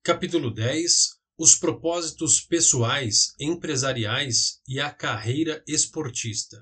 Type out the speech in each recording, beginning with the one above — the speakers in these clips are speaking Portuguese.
Capítulo 10: Os propósitos pessoais, empresariais e a carreira esportista.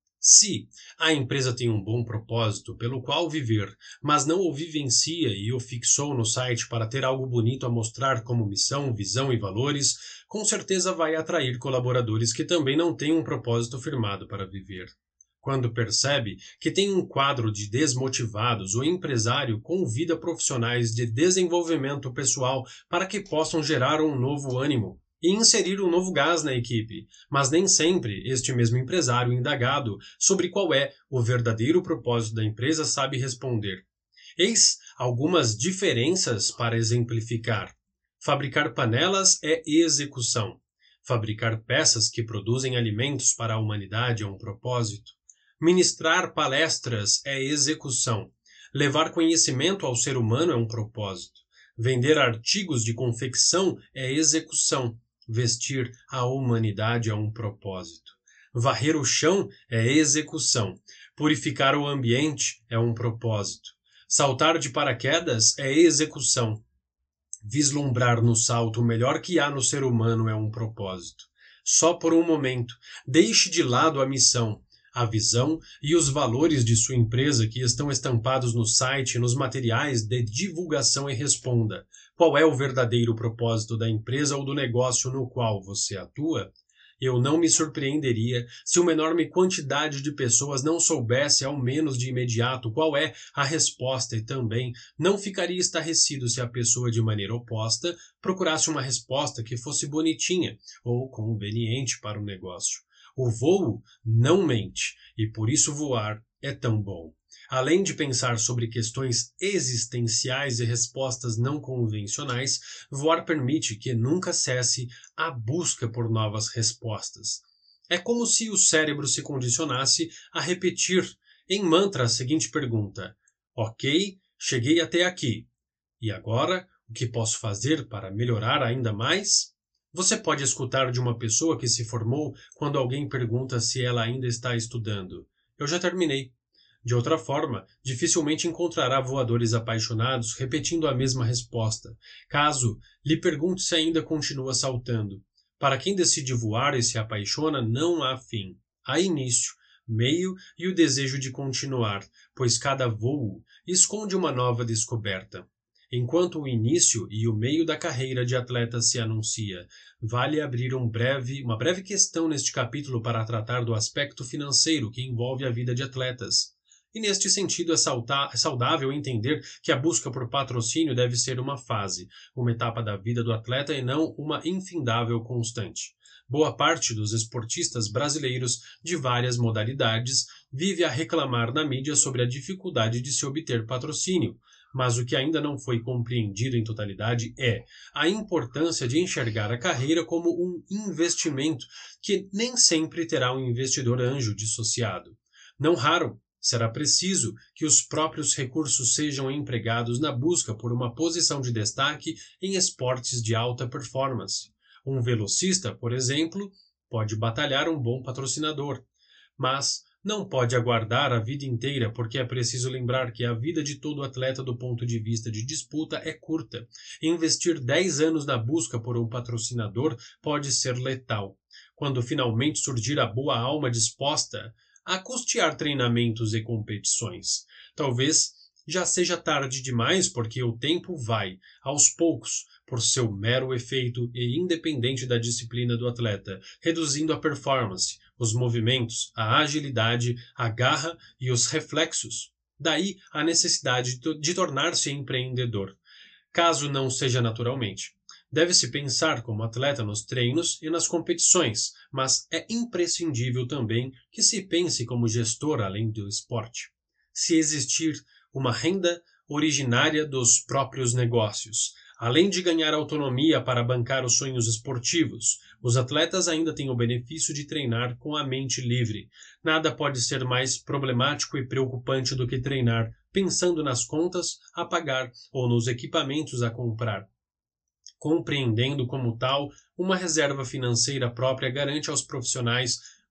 Se a empresa tem um bom propósito pelo qual viver, mas não o vivencia e o fixou no site para ter algo bonito a mostrar como missão, visão e valores, com certeza vai atrair colaboradores que também não têm um propósito firmado para viver. Quando percebe que tem um quadro de desmotivados, o empresário convida profissionais de desenvolvimento pessoal para que possam gerar um novo ânimo e inserir um novo gás na equipe, mas nem sempre este mesmo empresário indagado sobre qual é o verdadeiro propósito da empresa sabe responder. Eis algumas diferenças para exemplificar. Fabricar panelas é execução. Fabricar peças que produzem alimentos para a humanidade é um propósito. Ministrar palestras é execução. Levar conhecimento ao ser humano é um propósito. Vender artigos de confecção é execução. Vestir a humanidade é um propósito. Varrer o chão é execução. Purificar o ambiente é um propósito. Saltar de paraquedas é execução. Vislumbrar no salto o melhor que há no ser humano é um propósito. Só por um momento, deixe de lado a missão, a visão e os valores de sua empresa que estão estampados no site e nos materiais de divulgação e responda: qual é o verdadeiro propósito da empresa ou do negócio no qual você atua? Eu não me surpreenderia se uma enorme quantidade de pessoas não soubesse ao menos de imediato qual é a resposta e também não ficaria estarrecido se a pessoa de maneira oposta procurasse uma resposta que fosse bonitinha ou conveniente para o negócio. O voo não mente e por isso voar é tão bom. Além de pensar sobre questões existenciais e respostas não convencionais, voar permite que nunca cesse a busca por novas respostas. É como se o cérebro se condicionasse a repetir em mantra a seguinte pergunta: ok, cheguei até aqui. E agora, o que posso fazer para melhorar ainda mais? Você pode escutar de uma pessoa que se formou quando alguém pergunta se ela ainda está estudando: eu já terminei. De outra forma, dificilmente encontrará voadores apaixonados repetindo a mesma resposta, caso lhe pergunte se ainda continua saltando. Para quem decide voar e se apaixona, não há fim. Há início, meio e o desejo de continuar, pois cada voo esconde uma nova descoberta. Enquanto o início e o meio da carreira de atleta se anuncia, vale abrir uma breve questão neste capítulo para tratar do aspecto financeiro que envolve a vida de atletas. E neste sentido é saudável entender que a busca por patrocínio deve ser uma fase, uma etapa da vida do atleta e não uma infindável constante. Boa parte dos esportistas brasileiros de várias modalidades vive a reclamar na mídia sobre a dificuldade de se obter patrocínio, mas o que ainda não foi compreendido em totalidade é a importância de enxergar a carreira como um investimento que nem sempre terá um investidor anjo dissociado. Não raro, será preciso que os próprios recursos sejam empregados na busca por uma posição de destaque em esportes de alta performance. Um velocista, por exemplo, pode batalhar um bom patrocinador, mas não pode aguardar a vida inteira porque é preciso lembrar que a vida de todo atleta do ponto de vista de disputa é curta. Investir 10 anos na busca por um patrocinador pode ser letal. Quando finalmente surgir a boa alma disposta a custear treinamentos e competições. Talvez já seja tarde demais porque o tempo vai, aos poucos, por seu mero efeito e independente da disciplina do atleta, reduzindo a performance, os movimentos, a agilidade, a garra e os reflexos. Daí a necessidade de tornar-se empreendedor, caso não seja naturalmente. Deve-se pensar como atleta nos treinos e nas competições, mas é imprescindível também que se pense como gestor além do esporte. Se existir uma renda originária dos próprios negócios, além de ganhar autonomia para bancar os sonhos esportivos, os atletas ainda têm o benefício de treinar com a mente livre. Nada pode ser mais problemático e preocupante do que treinar pensando nas contas a pagar ou nos equipamentos a comprar. Compreendendo como tal, uma reserva financeira própria garante aos profissionais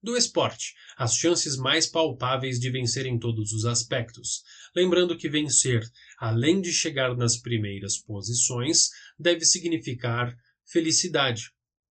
Do esporte, as chances mais palpáveis de vencer em todos os aspectos. Lembrando que vencer, além de chegar nas primeiras posições, deve significar felicidade.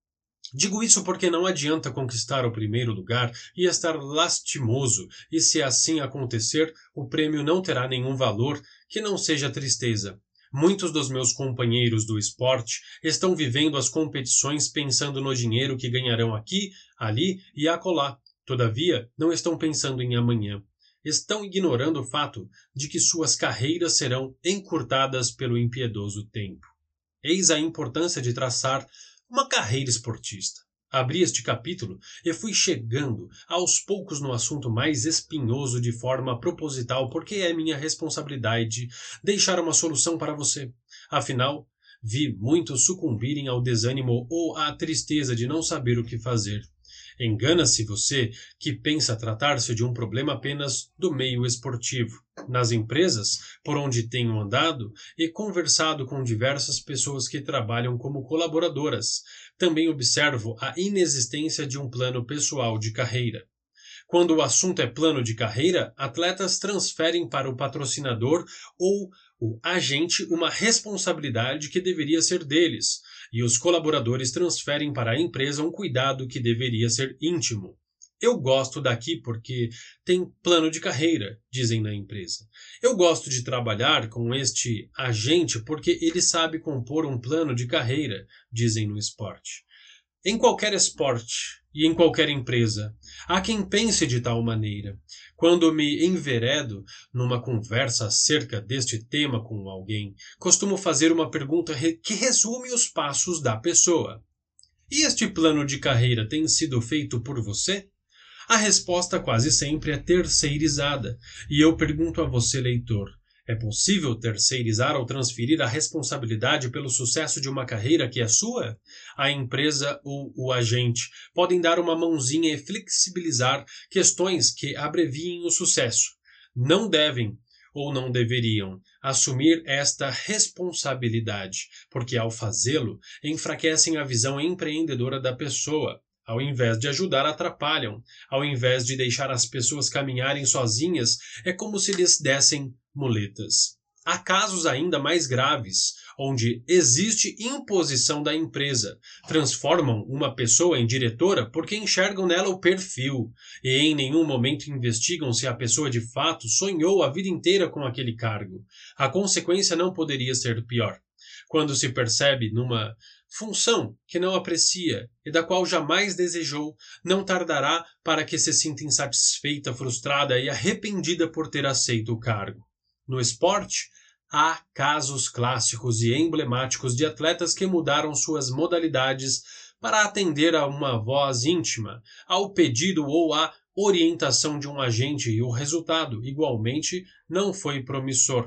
Digo isso porque não adianta conquistar o primeiro lugar e estar lastimoso, e se assim acontecer, o prêmio não terá nenhum valor que não seja tristeza. Muitos dos meus companheiros do esporte estão vivendo as competições pensando no dinheiro que ganharão aqui, ali e acolá. Todavia, não estão pensando em amanhã. Estão ignorando o fato de que suas carreiras serão encurtadas pelo impiedoso tempo. Eis a importância de traçar uma carreira esportista. Abri este capítulo e fui chegando aos poucos no assunto mais espinhoso de forma proposital, porque é minha responsabilidade deixar uma solução para você. Afinal, vi muitos sucumbirem ao desânimo ou à tristeza de não saber o que fazer. Engana-se você que pensa tratar-se de um problema apenas do meio esportivo. Nas empresas por onde tenho andado e conversado com diversas pessoas que trabalham como colaboradoras, também observo a inexistência de um plano pessoal de carreira. Quando o assunto é plano de carreira, atletas transferem para o patrocinador ou o agente uma responsabilidade que deveria ser deles, e os colaboradores transferem para a empresa um cuidado que deveria ser íntimo. Eu gosto daqui porque tem plano de carreira, dizem na empresa. Eu gosto de trabalhar com este agente porque ele sabe compor um plano de carreira, dizem no esporte. Em qualquer esporte e em qualquer empresa, há quem pense de tal maneira. Quando me enveredo numa conversa acerca deste tema com alguém, costumo fazer uma pergunta que resume os passos da pessoa. E este plano de carreira tem sido feito por você? A resposta quase sempre é terceirizada, e eu pergunto a você, leitor, é possível terceirizar ou transferir a responsabilidade pelo sucesso de uma carreira que é sua? A empresa ou o agente podem dar uma mãozinha e flexibilizar questões que abreviem o sucesso. Não devem ou não deveriam assumir esta responsabilidade, porque ao fazê-lo, enfraquecem a visão empreendedora da pessoa. Ao invés de ajudar, atrapalham. Ao invés de deixar as pessoas caminharem sozinhas, é como se lhes dessem muletas. Há casos ainda mais graves, onde existe imposição da empresa. Transformam uma pessoa em diretora porque enxergam nela o perfil, e em nenhum momento investigam se a pessoa de fato sonhou a vida inteira com aquele cargo. A consequência não poderia ser pior. Quando se percebe numa função que não aprecia e da qual jamais desejou, não tardará para que se sinta insatisfeita, frustrada e arrependida por ter aceito o cargo. No esporte, há casos clássicos e emblemáticos de atletas que mudaram suas modalidades para atender a uma voz íntima, ao pedido ou à orientação de um agente, e o resultado, igualmente, não foi promissor.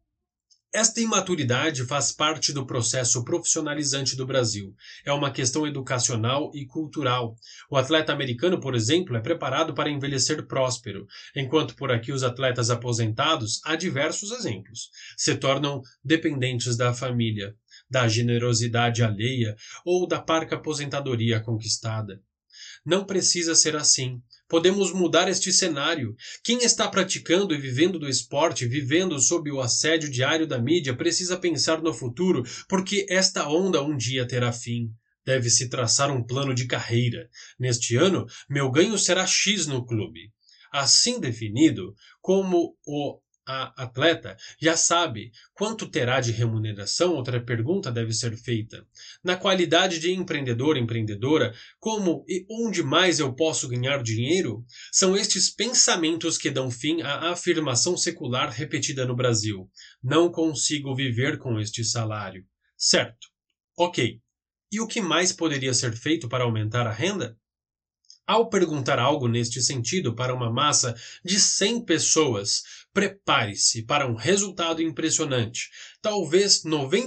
Esta imaturidade faz parte do processo profissionalizante do Brasil. É uma questão educacional e cultural. O atleta americano, por exemplo, é preparado para envelhecer próspero, enquanto por aqui os atletas aposentados, há diversos exemplos, se tornam dependentes da família, da generosidade alheia ou da parca aposentadoria conquistada. Não precisa ser assim. Podemos mudar este cenário. Quem está praticando e vivendo do esporte, vivendo sob o assédio diário da mídia, precisa pensar no futuro, porque esta onda um dia terá fim. Deve-se traçar um plano de carreira. Neste ano, meu ganho será X no clube. Assim definido, como a atleta já sabe quanto terá de remuneração, outra pergunta deve ser feita. Na qualidade de empreendedor, empreendedora, como e onde mais eu posso ganhar dinheiro? São estes pensamentos que dão fim à afirmação secular repetida no Brasil. Não consigo viver com este salário. Certo. Ok. E o que mais poderia ser feito para aumentar a renda? Ao perguntar algo neste sentido para uma massa de 100 pessoas, prepare-se para um resultado impressionante. Talvez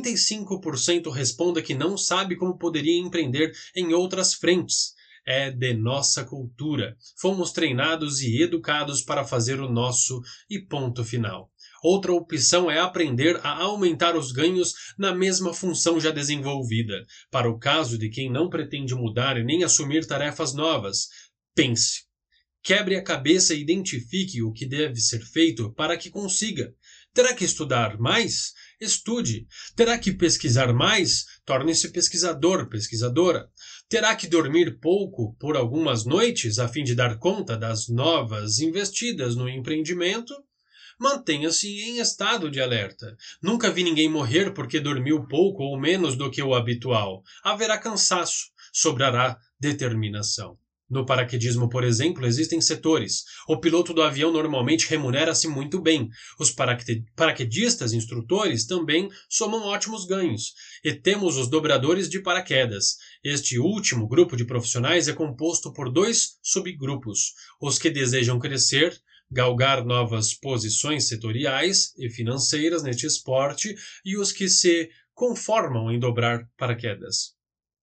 95% responda que não sabe como poderia empreender em outras frentes. É de nossa cultura. Fomos treinados e educados para fazer o nosso e ponto final. Outra opção é aprender a aumentar os ganhos na mesma função já desenvolvida. Para o caso de quem não pretende mudar e nem assumir tarefas novas, Pense. Quebre a cabeça e identifique o que deve ser feito para que consiga. Terá que estudar mais? Estude. Terá que pesquisar mais? Torne-se pesquisador, pesquisadora. Terá que dormir pouco por algumas noites a fim de dar conta das novas investidas no empreendimento? Mantenha-se em estado de alerta. Nunca vi ninguém morrer porque dormiu pouco ou menos do que o habitual. Haverá cansaço, sobrará determinação. No paraquedismo, por exemplo, existem setores. O piloto do avião normalmente remunera-se muito bem. Os paraquedistas instrutores também somam ótimos ganhos. E temos os dobradores de paraquedas. Este último grupo de profissionais é composto por 2 subgrupos: os que desejam crescer, galgar novas posições setoriais e financeiras neste esporte, e os que se conformam em dobrar paraquedas.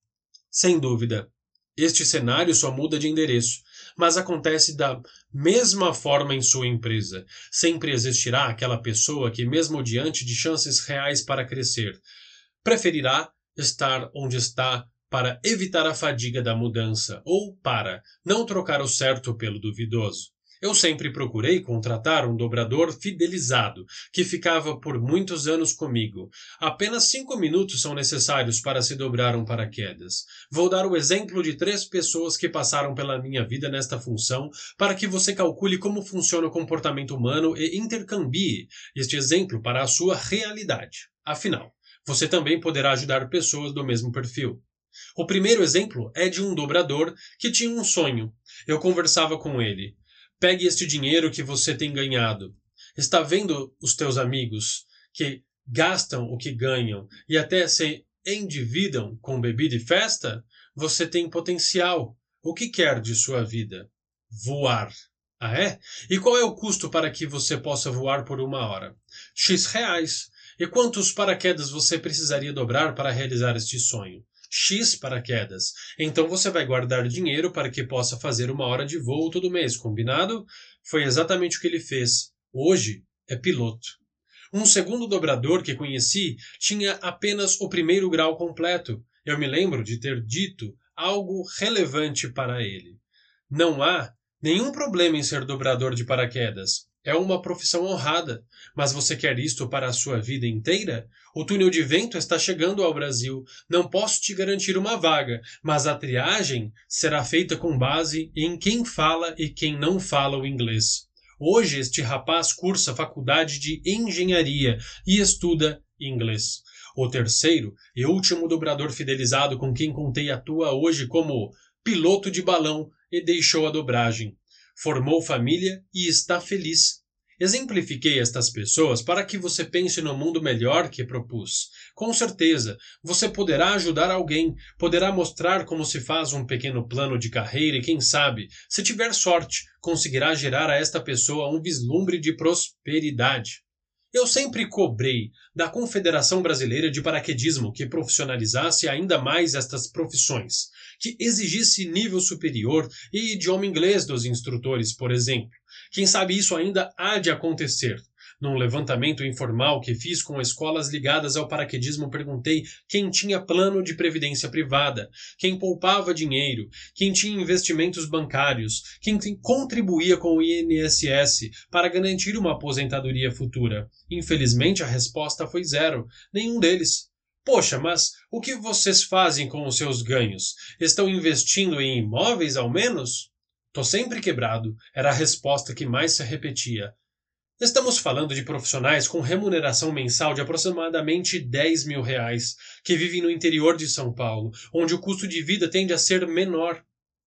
Sem dúvida, este cenário só muda de endereço, mas acontece da mesma forma em sua empresa. Sempre existirá aquela pessoa que, mesmo diante de chances reais para crescer, preferirá estar onde está para evitar a fadiga da mudança ou para não trocar o certo pelo duvidoso. Eu sempre procurei contratar um dobrador fidelizado, que ficava por muitos anos comigo. Apenas 5 minutos são necessários para se dobrar um paraquedas. Vou dar o exemplo de 3 pessoas que passaram pela minha vida nesta função, para que você calcule como funciona o comportamento humano e intercambie este exemplo para a sua realidade. Afinal, você também poderá ajudar pessoas do mesmo perfil. O primeiro exemplo é de um dobrador que tinha um sonho. Eu conversava com ele. Pegue este dinheiro que você tem ganhado. Está vendo os teus amigos que gastam o que ganham e até se endividam com bebida e festa? Você tem potencial. O que quer de sua vida? Voar. Ah, é? E qual é o custo para que você possa voar por 1 hora? X reais. E quantos paraquedas você precisaria dobrar para realizar este sonho? X paraquedas. Então você vai guardar dinheiro para que possa fazer 1 hora de voo todo mês, combinado? Foi exatamente o que ele fez. Hoje é piloto. Um segundo dobrador que conheci tinha apenas o 1º grau completo. Eu me lembro de ter dito algo relevante para ele. Não há nenhum problema em ser dobrador de paraquedas. É uma profissão honrada, mas você quer isto para a sua vida inteira? O túnel de vento está chegando ao Brasil. Não posso te garantir uma vaga, mas a triagem será feita com base em quem fala e quem não fala o inglês. Hoje este rapaz cursa faculdade de engenharia e estuda inglês. O terceiro e último dobrador fidelizado com quem contei atua hoje como piloto de balão e deixou a dobragem. Formou família e está feliz. Exemplifiquei estas pessoas para que você pense no mundo melhor que propus. Com certeza, você poderá ajudar alguém, poderá mostrar como se faz um pequeno plano de carreira e, quem sabe, se tiver sorte, conseguirá gerar a esta pessoa um vislumbre de prosperidade. Eu sempre cobrei da Confederação Brasileira de Paraquedismo que profissionalizasse ainda mais estas profissões, que exigisse nível superior e idioma inglês dos instrutores, por exemplo. Quem sabe isso ainda há de acontecer. Num levantamento informal que fiz com escolas ligadas ao paraquedismo, perguntei quem tinha plano de previdência privada, quem poupava dinheiro, quem tinha investimentos bancários, quem contribuía com o INSS para garantir uma aposentadoria futura. Infelizmente, a resposta foi 0. Nenhum deles. Poxa, mas o que vocês fazem com os seus ganhos? Estão investindo em imóveis ao menos? Tô sempre quebrado, era a resposta que mais se repetia. Estamos falando de profissionais com remuneração mensal de aproximadamente R$ 10.000, que vivem no interior de São Paulo, onde o custo de vida tende a ser menor.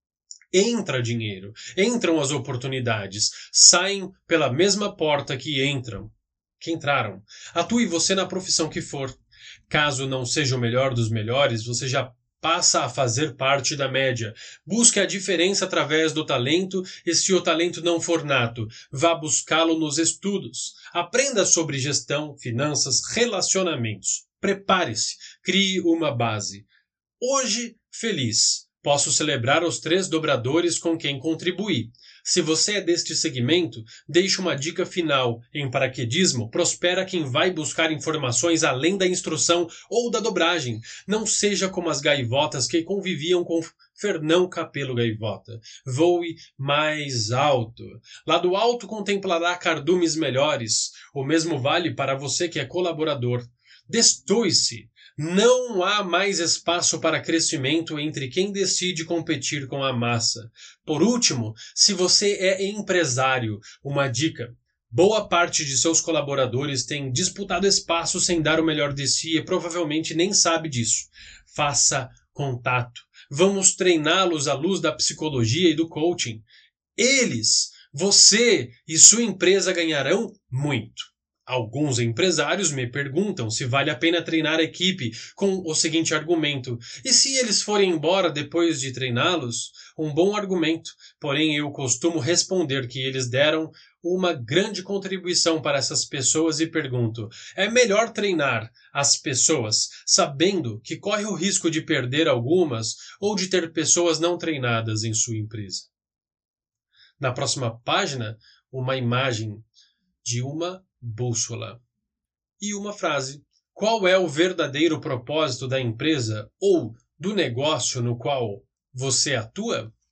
Entra dinheiro, entram as oportunidades, saem pela mesma porta que entraram. Atue você na profissão que for. Caso não seja o melhor dos melhores, você já passa a fazer parte da média. Busque a diferença através do talento e, se o talento não for nato, vá buscá-lo nos estudos. Aprenda sobre gestão, finanças, relacionamentos. Prepare-se, crie uma base. Hoje, feliz, Posso celebrar os 3 dobradores com quem contribuí. Se você é deste segmento, deixo uma dica final. Em paraquedismo, prospera quem vai buscar informações além da instrução ou da dobragem. Não seja como as gaivotas que conviviam com Fernão Capelo Gaivota. Voe mais alto. Lá do alto contemplará cardumes melhores. O mesmo vale para você que é colaborador. Destoe-se. Não há mais espaço para crescimento entre quem decide competir com a massa. Por último, se você é empresário, uma dica. Boa parte de seus colaboradores tem disputado espaço sem dar o melhor de si e provavelmente nem sabe disso. Faça contato. Vamos treiná-los à luz da psicologia e do coaching. Eles, você e sua empresa ganharão muito. Alguns empresários me perguntam se vale a pena treinar a equipe com o seguinte argumento: e se eles forem embora depois de treiná-los? Um bom argumento, porém eu costumo responder que eles deram uma grande contribuição para essas pessoas e pergunto: é melhor treinar as pessoas sabendo que corre o risco de perder algumas ou de ter pessoas não treinadas em sua empresa? Na próxima página, uma imagem de uma bússola. E uma frase: qual é o verdadeiro propósito da empresa ou do negócio no qual você atua?